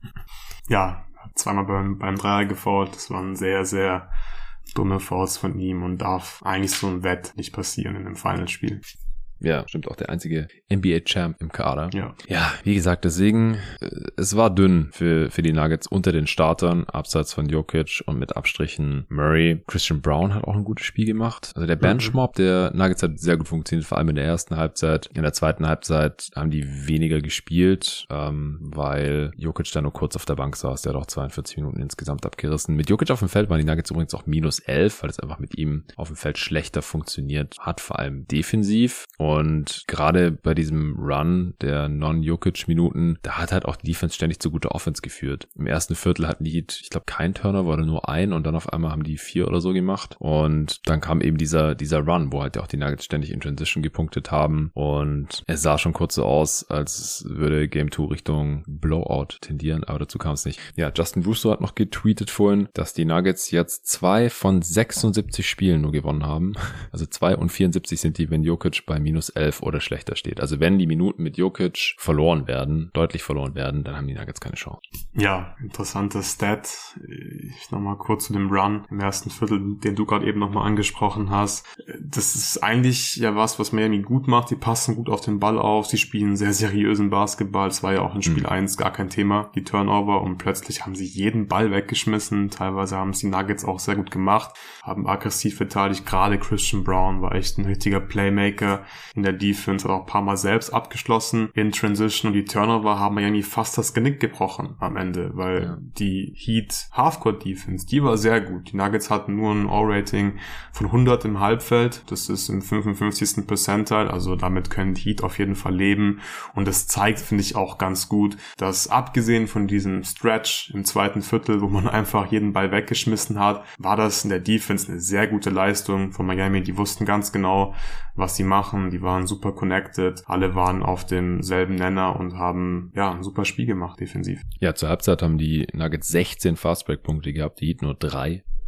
Ja, zweimal beim, beim Dreier gefoult. Das waren sehr, sehr dumme Fouls von ihm und darf eigentlich so ein Wett nicht passieren in einem Finalspiel. Ja, stimmt, auch der einzige N B A-Champ im Kader. Ja. Ja, wie gesagt, deswegen, äh, es war dünn für für die Nuggets unter den Startern, abseits von Jokic und mit Abstrichen Murray. Christian Brown hat auch ein gutes Spiel gemacht. Also der Benchmob der Nuggets hat sehr gut funktioniert, vor allem in der ersten Halbzeit. In der zweiten Halbzeit haben die weniger gespielt, ähm, weil Jokic da nur kurz auf der Bank saß. Der hat auch zweiundvierzig Minuten insgesamt abgerissen. Mit Jokic auf dem Feld waren die Nuggets übrigens auch minus elf, weil es einfach mit ihm auf dem Feld schlechter funktioniert hat, vor allem defensiv. Und gerade bei diesem Run der Non-Jokic-Minuten, da hat halt auch die Defense ständig zu guter Offense geführt. Im ersten Viertel hatten die Heat, ich glaube, kein Turnover oder nur ein und dann auf einmal haben die vier oder so gemacht. Und dann kam eben dieser dieser Run, wo halt auch die Nuggets ständig in Transition gepunktet haben. Und es sah schon kurz so aus, als würde Game zwei Richtung Blowout tendieren, aber dazu kam es nicht. Ja, Justin Russo hat noch getweetet vorhin, dass die Nuggets jetzt zwei von sechsundsiebzig Spielen nur gewonnen haben. Also zwei und vierundsiebzig sind die, wenn Jokic bei minus elf oder schlechter steht. Also wenn die Minuten mit Jokic verloren werden, deutlich verloren werden, dann haben die Nuggets keine Chance. Ja, interessantes Stat. Ich nochmal kurz zu dem Run im ersten Viertel, den du gerade eben nochmal angesprochen hast. Das ist eigentlich ja was, was Miami gut macht. Die passen gut auf den Ball auf. Sie spielen sehr seriösen Basketball. Es war ja auch in Spiel mhm. eins gar kein Thema, die Turnover. Und plötzlich haben sie jeden Ball weggeschmissen. Teilweise haben es die Nuggets auch sehr gut gemacht, haben aggressiv verteidigt. Gerade Christian Brown war echt ein richtiger Playmaker in der Defense, hat auch ein paar Mal selbst abgeschlossen in Transition und die Turnover haben Miami fast das Genick gebrochen am Ende, weil ja. die Heat Halfcourt Defense, die war sehr gut. Die Nuggets hatten nur ein O-Rating von hundert im Halbfeld, das ist im fünfundfünfzigsten Percentile, also damit können die Heat auf jeden Fall leben und das zeigt, finde ich, auch ganz gut, dass abgesehen von diesem Stretch im zweiten Viertel, wo man einfach jeden Ball weggeschmissen hat, war das in der Defense eine sehr gute Leistung von Miami. Die wussten ganz genau, was sie machen, die waren super connected, alle waren auf demselben Nenner und haben ja ein super Spiel gemacht defensiv. Ja, zur Halbzeit haben die Nuggets sechzehn Fastbreak-Punkte gehabt, die Heat nur drei.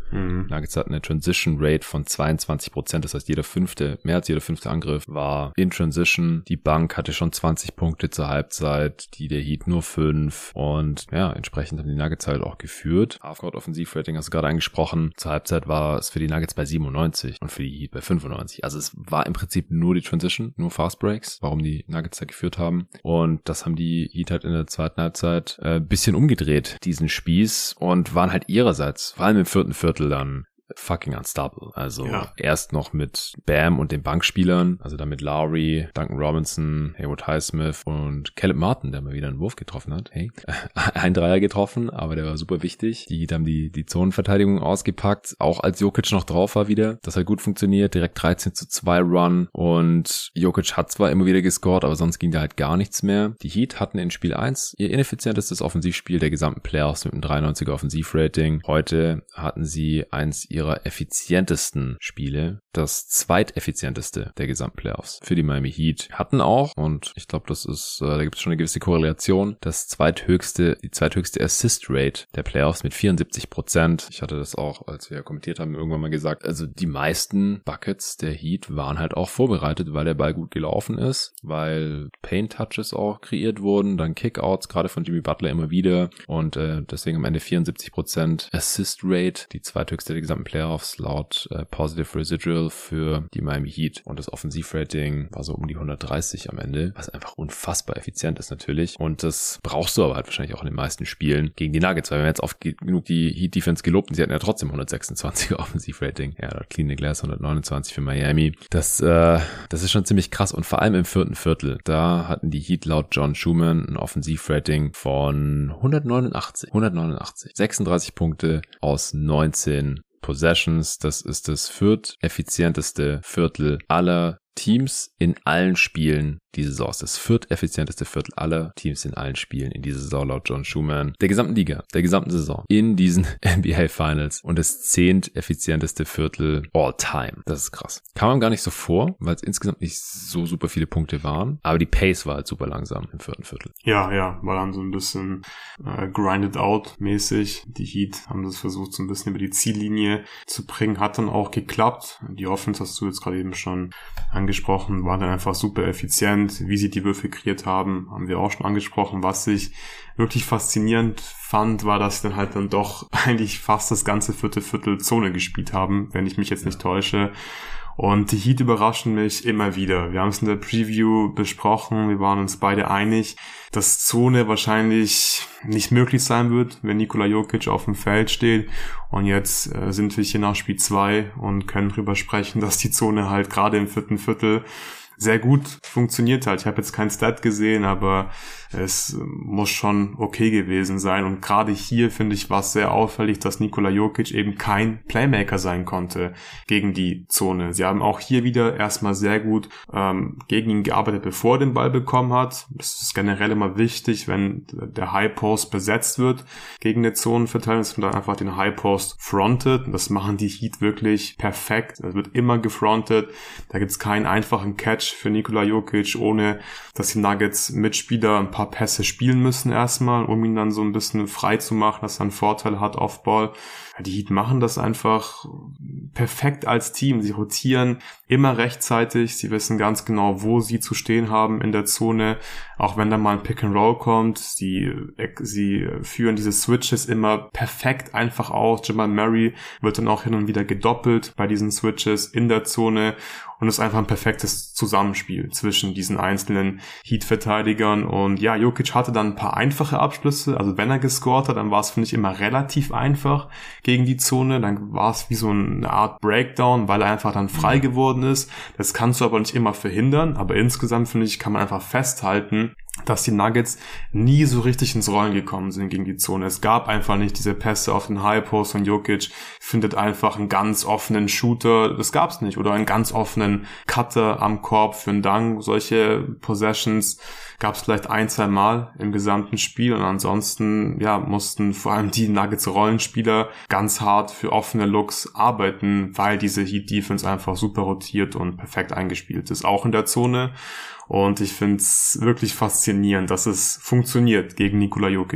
Mhm. Nuggets hatten eine Transition Rate von zweiundzwanzig Prozent, das heißt jeder fünfte, mehr als jeder fünfte Angriff war in Transition. Die Bank hatte schon zwanzig Punkte zur Halbzeit, die der Heat nur fünf und ja, entsprechend haben die Nuggets halt auch geführt. Half-Court Offensivrating hast du gerade angesprochen. Zur Halbzeit war es für die Nuggets bei siebenundneunzig und für die Heat bei fünfundneunzig. Also es war im Prinzip nur die Transition, nur Fast Breaks, warum die Nuggets da geführt haben. Und das haben die Heat halt in der zweiten Halbzeit ein äh, bisschen umgedreht, diesen Spieß, und waren halt ihrerseits, vor allem im vierten Viertel dann, fucking unstoppable. Also ja. erst noch mit Bam und den Bankspielern, also dann mit Lowry, Duncan Robinson, Haywood Highsmith und Caleb Martin, der mal wieder einen Wurf getroffen hat. Hey, ein Dreier getroffen, aber der war super wichtig. Die haben die die Zonenverteidigung ausgepackt, auch als Jokic noch drauf war wieder. Das hat gut funktioniert, direkt dreizehn zu zwei Run und Jokic hat zwar immer wieder gescored, aber sonst ging da halt gar nichts mehr. Die Heat hatten in Spiel eins ihr ineffizientestes Offensivspiel der gesamten Playoffs mit einem dreiundneunziger Offensivrating. Heute hatten sie eins ihrer effizientesten Spiele, das zweiteffizienteste der gesamten Playoffs für die Miami Heat. Hatten auch, und ich glaube, das ist, äh, da gibt es schon eine gewisse Korrelation, das zweithöchste, die zweithöchste Assist-Rate der Playoffs mit vierundsiebzig Prozent. Ich hatte das auch, als wir kommentiert haben, irgendwann mal gesagt, also die meisten Buckets der Heat waren halt auch vorbereitet, weil der Ball gut gelaufen ist, weil Paint-Touches auch kreiert wurden, dann Kickouts, gerade von Jimmy Butler immer wieder, und äh, deswegen am Ende vierundsiebzig Prozent Assist-Rate, die zweithöchste der gesamten Playoffs laut äh, Positive Residual für die Miami Heat, und das Offensivrating war so um die hundertdreißig am Ende, was einfach unfassbar effizient ist natürlich, und das brauchst du aber halt wahrscheinlich auch in den meisten Spielen gegen die Nuggets, weil wir haben jetzt oft genug die Heat Defense gelobt und sie hatten ja trotzdem hundertsechsundzwanziger Offensivrating. Ja, dort Clean the Glass hundertneunundzwanzig für Miami. Das, äh, das ist schon ziemlich krass, und vor allem im vierten Viertel, da hatten die Heat laut John Schumann ein Offensivrating von hundertneunundachtzig. hundertneunundachtzig. sechsunddreißig Punkte aus neunzehn Possessions. Das ist das vierteffizienteste Viertel aller Teams in allen Spielen diese Saison. Das vierteffizienteste Viertel aller Teams in allen Spielen in dieser Saison laut John Schumann. Der gesamten Liga, der gesamten Saison in diesen N B A Finals, und das zehnteffizienteste Viertel all time. Das ist krass. Kam man gar nicht so vor, weil es insgesamt nicht so super viele Punkte waren, aber die Pace war halt super langsam im vierten Viertel. Ja, ja, war dann so ein bisschen äh, grinded out mäßig. Die Heat haben das versucht, so ein bisschen über die Ziellinie zu bringen. Hat dann auch geklappt. Die Offense hast du jetzt gerade eben schon angesprochen, war dann einfach super effizient. Wie sie die Würfe kreiert haben, haben wir auch schon angesprochen. Was ich wirklich faszinierend fand, war, dass sie dann halt dann doch eigentlich fast das ganze vierte Viertel Zone gespielt haben, wenn ich mich jetzt nicht täusche. Und die Heat überraschen mich immer wieder. Wir haben es in der Preview besprochen, wir waren uns beide einig, dass Zone wahrscheinlich nicht möglich sein wird, wenn Nikola Jokic auf dem Feld steht. Und jetzt äh, sind wir hier nach Spiel zwei und können drüber sprechen, dass die Zone halt gerade im vierten Viertel sehr gut funktioniert hat. Ich habe jetzt kein Stat gesehen, aber es muss schon okay gewesen sein. Und gerade hier, finde ich, war es sehr auffällig, dass Nikola Jokic eben kein Playmaker sein konnte gegen die Zone. Sie haben auch hier wieder erstmal sehr gut ähm, gegen ihn gearbeitet, bevor er den Ball bekommen hat. Das ist generell immer wichtig, wenn der High Post besetzt wird gegen eine Zonenverteidigung, dass man dann einfach den High Post frontet. Und das machen die Heat wirklich perfekt. Es wird immer gefrontet. Da gibt es keinen einfachen Catch für Nikola Jokic, ohne dass die Nuggets Mitspieler ein paar Pässe spielen müssen erstmal, um ihn dann so ein bisschen frei zu machen, dass er einen Vorteil hat auf Ball. Die Heat machen das einfach perfekt als Team. Sie rotieren immer rechtzeitig. Sie wissen ganz genau, wo sie zu stehen haben in der Zone. Auch wenn da mal ein Pick and Roll kommt. Sie, sie führen diese Switches immer perfekt einfach aus. Jamal Murray wird dann auch hin und wieder gedoppelt bei diesen Switches in der Zone. Und es ist einfach ein perfektes Zusammenspiel zwischen diesen einzelnen Heat-Verteidigern. Und ja, Jokic hatte dann ein paar einfache Abschlüsse. Also wenn er gescored hat, dann war es, finde ich, immer relativ einfach gegen die Zone. Dann war es wie so eine Art Breakdown, weil er einfach dann frei geworden ist. Das kannst du aber nicht immer verhindern. Aber insgesamt, finde ich, kann man einfach festhalten, dass die Nuggets nie so richtig ins Rollen gekommen sind gegen die Zone. Es gab einfach nicht diese Pässe auf den High Post und Jokic findet einfach einen ganz offenen Shooter. Das gab's nicht. Oder einen ganz offenen Cutter am Korb für einen Dunk. Solche Possessions gab's vielleicht ein, zwei Mal im gesamten Spiel. Und ansonsten, ja, mussten vor allem die Nuggets-Rollenspieler ganz hart für offene Looks arbeiten, weil diese Heat-Defense einfach super rotiert und perfekt eingespielt ist. Auch in der Zone. Und ich finde es wirklich faszinierend, dass es funktioniert gegen Nikola Jokic.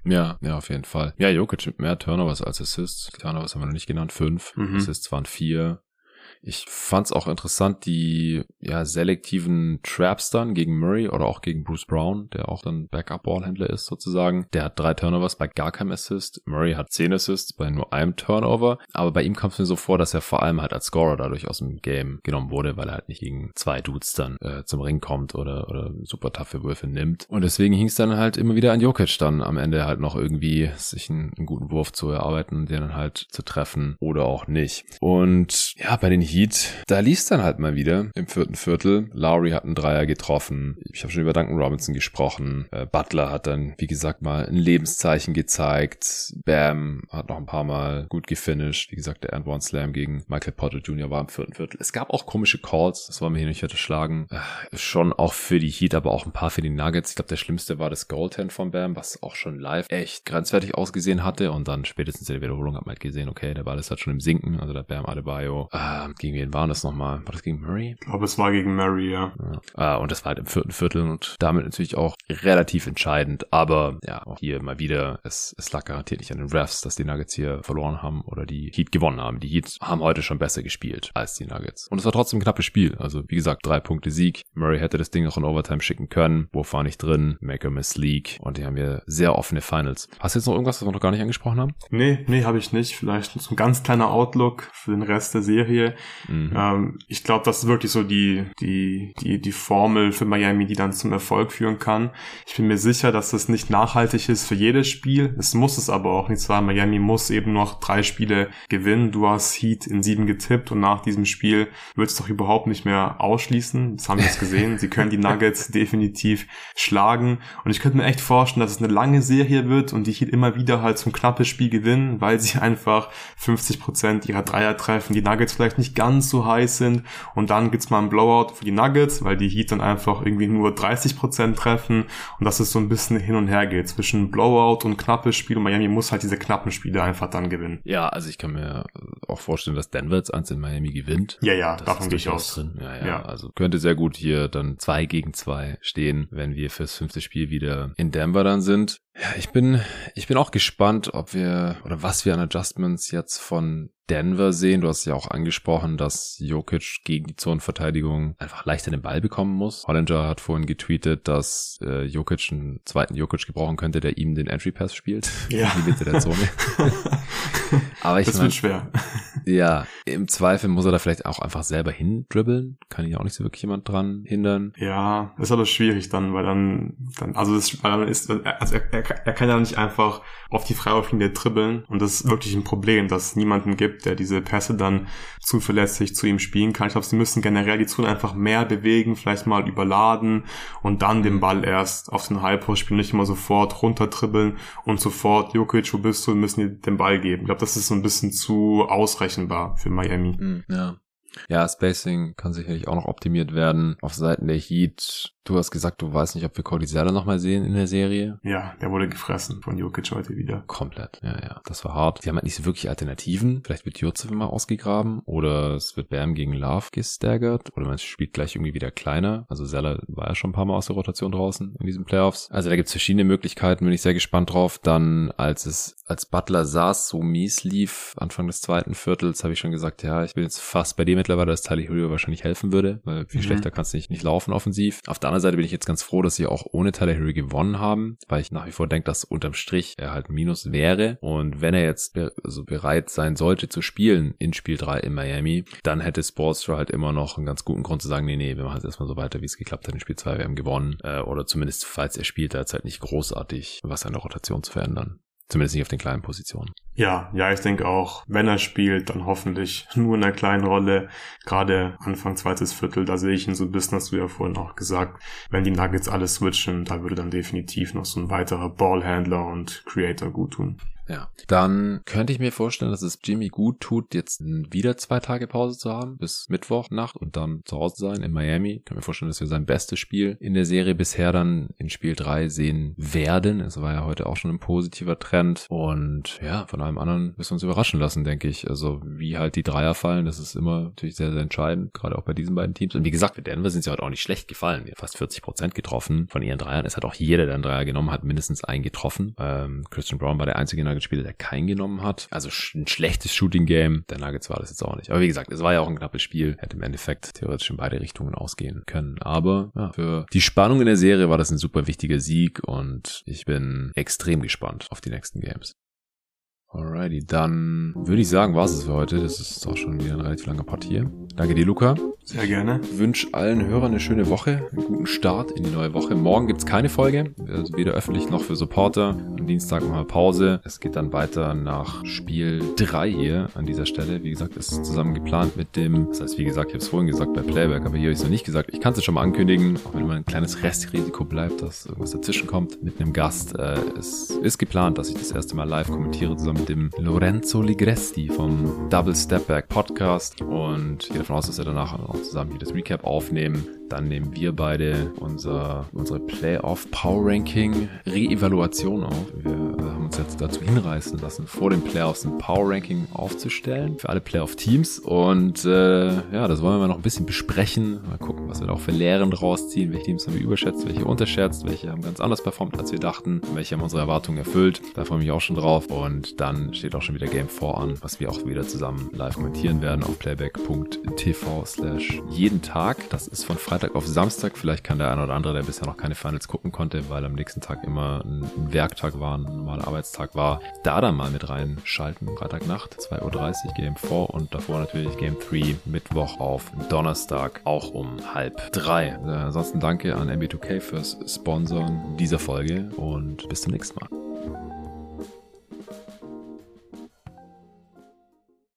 Ja, ja, auf jeden Fall. Ja, Jokic mit mehr Turnovers als Assists. Turnovers haben wir noch nicht genannt, fünf. Mhm. Assists waren vier. Ich fand's auch interessant, die ja selektiven Traps dann gegen Murray oder auch gegen Bruce Brown, der auch dann Backup-Ballhändler ist sozusagen. Der hat drei Turnovers bei gar keinem Assist. Murray hat zehn Assists bei nur einem Turnover. Aber bei ihm kam es mir so vor, dass er vor allem halt als Scorer dadurch aus dem Game genommen wurde, weil er halt nicht gegen zwei Dudes dann äh, zum Ring kommt oder oder super taffe Würfe nimmt. Und deswegen hing es dann halt immer wieder an Jokic dann am Ende halt noch irgendwie sich einen, einen guten Wurf zu erarbeiten und den dann halt zu treffen oder auch nicht. Und ja, bei den Heat, da lief's dann halt mal wieder im vierten Viertel. Lowry hat einen Dreier getroffen. Ich habe schon über Duncan Robinson gesprochen. Äh, Butler hat dann, wie gesagt, mal ein Lebenszeichen gezeigt. Bam hat noch ein paar Mal gut gefinisht. Wie gesagt, der and one Slam gegen Michael Porter Junior war im vierten Viertel. Es gab auch komische Calls, das wollen wir hier nicht unterschlagen. Äh, schon auch für die Heat, aber auch ein paar für die Nuggets. Ich glaube, der schlimmste war das Goaltend von Bam, was auch schon live echt grenzwertig ausgesehen hatte. Und dann spätestens in der Wiederholung hat man halt gesehen, okay, der Ball ist halt schon im Sinken. Also der Bam Adebayo. Äh, gegen wen war das nochmal? War das gegen Murray? Ich glaube, es war gegen Murray, ja. ja. Ah, und das war halt im vierten Viertel und damit natürlich auch relativ entscheidend. Aber ja, auch hier mal wieder, es, es lag garantiert nicht an den Refs, dass die Nuggets hier verloren haben oder die Heat gewonnen haben. Die Heat haben heute schon besser gespielt als die Nuggets. Und es war trotzdem ein knappes Spiel. Also wie gesagt, drei Punkte Sieg. Murray hätte das Ding noch in Overtime schicken können. Wurf war nicht drin. Make or miss League. Und die haben hier sehr offene Finals. Hast du jetzt noch irgendwas, was wir noch gar nicht angesprochen haben? Nee, nee, habe ich nicht. Vielleicht so ein ganz kleiner Outlook für den Rest der Serie. Mhm. Ähm, ich glaube, das ist wirklich so die, die, die, die Formel für Miami, die dann zum Erfolg führen kann. Ich bin mir sicher, dass das nicht nachhaltig ist für jedes Spiel. Es muss es aber auch nicht sein. Miami muss eben noch drei Spiele gewinnen. Du hast Heat in sieben getippt und nach diesem Spiel wird es doch überhaupt nicht mehr ausschließen. Das haben wir jetzt gesehen. Sie können die Nuggets definitiv schlagen. Und ich könnte mir echt vorstellen, dass es eine lange Serie wird und die Heat immer wieder halt so ein knappes Spiel gewinnen, weil sie einfach fünfzig Prozent ihrer Dreier treffen. Die Nuggets vielleicht nicht ganz so heiß sind und dann gibt's mal einen Blowout für die Nuggets, weil die Heat dann einfach irgendwie nur dreißig Prozent treffen und dass es so ein bisschen hin und her geht zwischen Blowout und knappes Spiel und Miami muss halt diese knappen Spiele einfach dann gewinnen. Ja, also ich kann mir auch vorstellen, dass Denver jetzt eins in Miami gewinnt. Ja, ja, das davon gehe ich aus. Drin. Ja, ja, ja, also könnte sehr gut hier dann zwei gegen zwei stehen, wenn wir fürs fünfte Spiel wieder in Denver dann sind. Ja, ich bin, ich bin auch gespannt, ob wir, oder was wir an Adjustments jetzt von Denver sehen. Du hast ja auch angesprochen, dass Jokic gegen die Zonenverteidigung einfach leichter den Ball bekommen muss. Hollinger hat vorhin getweetet, dass äh, Jokic einen zweiten Jokic gebrauchen könnte, der ihm den Entry Pass spielt. Ja. In die Mitte der Zone. Aber ich das mein, wird schwer. Ja, im Zweifel muss er da vielleicht auch einfach selber hindribbeln. Kann ja auch nicht so wirklich jemand dran hindern. Ja, ist aber schwierig dann, weil dann, dann also das, weil dann ist, also er, er, er kann ja nicht einfach auf die Freiwurflinie dribbeln und das ist wirklich ein Problem, dass es niemanden gibt, der diese Pässe dann zuverlässig zu ihm spielen kann. Ich glaube, sie müssen generell die Zone einfach mehr bewegen, vielleicht mal überladen und dann den Ball erst auf den High-Post spielen, nicht immer sofort runter dribbeln und sofort, Jokic, wo bist du, und müssen dir den Ball geben. Ich glaube, das ist so ein bisschen zu ausrechenbar für Miami. Ja. Ja, Spacing kann sicherlich auch noch optimiert werden. Auf Seiten der Heat, du hast gesagt, du weißt nicht, ob wir Cody Zeller nochmal sehen in der Serie. Ja, der wurde gefressen von Jokic heute wieder. Komplett, ja, ja. Das war hart. Die haben halt nicht so wirklich Alternativen. Vielleicht wird Joseph mal ausgegraben oder es wird Bam gegen Love gestaggert oder man spielt gleich irgendwie wieder kleiner. Also Zeller war ja schon ein paar Mal aus der Rotation draußen in diesen Playoffs. Also da gibt's verschiedene Möglichkeiten, bin ich sehr gespannt drauf. Dann, als es als Butler saß, so mies lief, Anfang des zweiten Viertels, habe ich schon gesagt, ja, ich bin jetzt fast bei dem mittlerweile, dass Tyler Hero wahrscheinlich helfen würde, weil viel mhm. schlechter kannst du nicht, nicht laufen offensiv. Auf der anderen Seite bin ich jetzt ganz froh, dass sie auch ohne Tyler Hero gewonnen haben, weil ich nach wie vor denke, dass unterm Strich er halt ein Minus wäre. Und wenn er jetzt be- also bereit sein sollte zu spielen in Spiel drei in Miami, dann hätte Spoelstra halt immer noch einen ganz guten Grund zu sagen, nee, nee, wir machen es erstmal so weiter, wie es geklappt hat in Spiel zwei, wir haben gewonnen. Äh, oder zumindest, falls er spielt, da ist halt nicht großartig was an der Rotation zu verändern. Zumindest nicht auf den kleinen Positionen. Ja, ja, ich denke auch, wenn er spielt, dann hoffentlich nur in einer kleinen Rolle. Gerade Anfang zweites Viertel, da sehe ich ihn so ein bisschen, hast du ja vorhin auch gesagt, wenn die Nuggets alles switchen, da würde dann definitiv noch so ein weiterer Ballhandler und Creator gut tun. Ja, dann könnte ich mir vorstellen, dass es Jimmy gut tut, jetzt wieder zwei Tage Pause zu haben, bis Mittwochnacht und dann zu Hause sein in Miami. Ich kann mir vorstellen, dass wir sein bestes Spiel in der Serie bisher dann in Spiel drei sehen werden. Es war ja heute auch schon ein positiver Trend und ja, von allem anderen müssen wir uns überraschen lassen, denke ich. Also wie halt die Dreier fallen, das ist immer natürlich sehr, sehr entscheidend, gerade auch bei diesen beiden Teams. Und wie gesagt, mit Denver sind sie heute auch nicht schlecht gefallen. Fast vierzig Prozent getroffen von ihren Dreiern. Es hat auch jeder, der einen Dreier genommen hat, mindestens einen getroffen. Ähm, Christian Brown war der einzige Nuggets-Spieler, der keinen genommen hat. Also ein schlechtes Shooting-Game. Der Nuggets war das jetzt auch nicht. Aber wie gesagt, es war ja auch ein knappes Spiel. Hätte im Endeffekt theoretisch in beide Richtungen ausgehen können. Aber ja, für die Spannung in der Serie war das ein super wichtiger Sieg und ich bin extrem gespannt auf die nächsten Games. Alrighty, dann würde ich sagen, war es für heute. Das ist auch schon wieder ein relativ langer Part hier. Danke dir, Luca. Sehr gerne. Ich wünsche allen Hörern eine schöne Woche, einen guten Start in die neue Woche. Morgen gibt's keine Folge, also weder öffentlich noch für Supporter. Am Dienstag machen wir Pause. Es geht dann weiter nach Spiel drei hier an dieser Stelle. Wie gesagt, ist zusammen geplant mit dem, das heißt, wie gesagt, ich habe es vorhin gesagt bei Playback, aber hier habe ich es noch nicht gesagt. Ich kann es schon mal ankündigen, auch wenn immer ein kleines Restrisiko bleibt, dass irgendwas dazwischen kommt mit einem Gast. Äh, es ist geplant, dass ich das erste Mal live kommentiere zusammen mit dem Lorenzo Ligresti vom Double Step Back Podcast und ich gehe davon aus, dass wir danach auch zusammen hier das Recap aufnehmen. Dann nehmen wir beide unser, unsere Playoff Power Ranking Re-Evaluation auf. Wir haben uns jetzt dazu hinreißen lassen, vor den Playoffs ein Power Ranking aufzustellen für alle Playoff-Teams. Und äh, ja, das wollen wir noch ein bisschen besprechen. Mal gucken, was wir da auch für Lehren draus ziehen. Welche Teams haben wir überschätzt, welche unterschätzt, welche haben ganz anders performt, als wir dachten, welche haben unsere Erwartungen erfüllt. Da freue ich mich auch schon drauf. Und dann steht auch schon wieder Game vier an, was wir auch wieder zusammen live kommentieren werden auf playback.tv slash jeden Tag. Das ist von Freitag auf Samstag. Vielleicht kann der eine oder andere, der bisher noch keine Finals gucken konnte, weil am nächsten Tag immer ein Werktag war, ein normaler Arbeitstag war, da dann mal mit reinschalten. Freitagnacht, zwei Uhr dreißig, Game vier und davor natürlich Game drei, Mittwoch auf Donnerstag, auch um halb drei. Äh, ansonsten danke an N B zwei K fürs Sponsoren dieser Folge und bis zum nächsten Mal.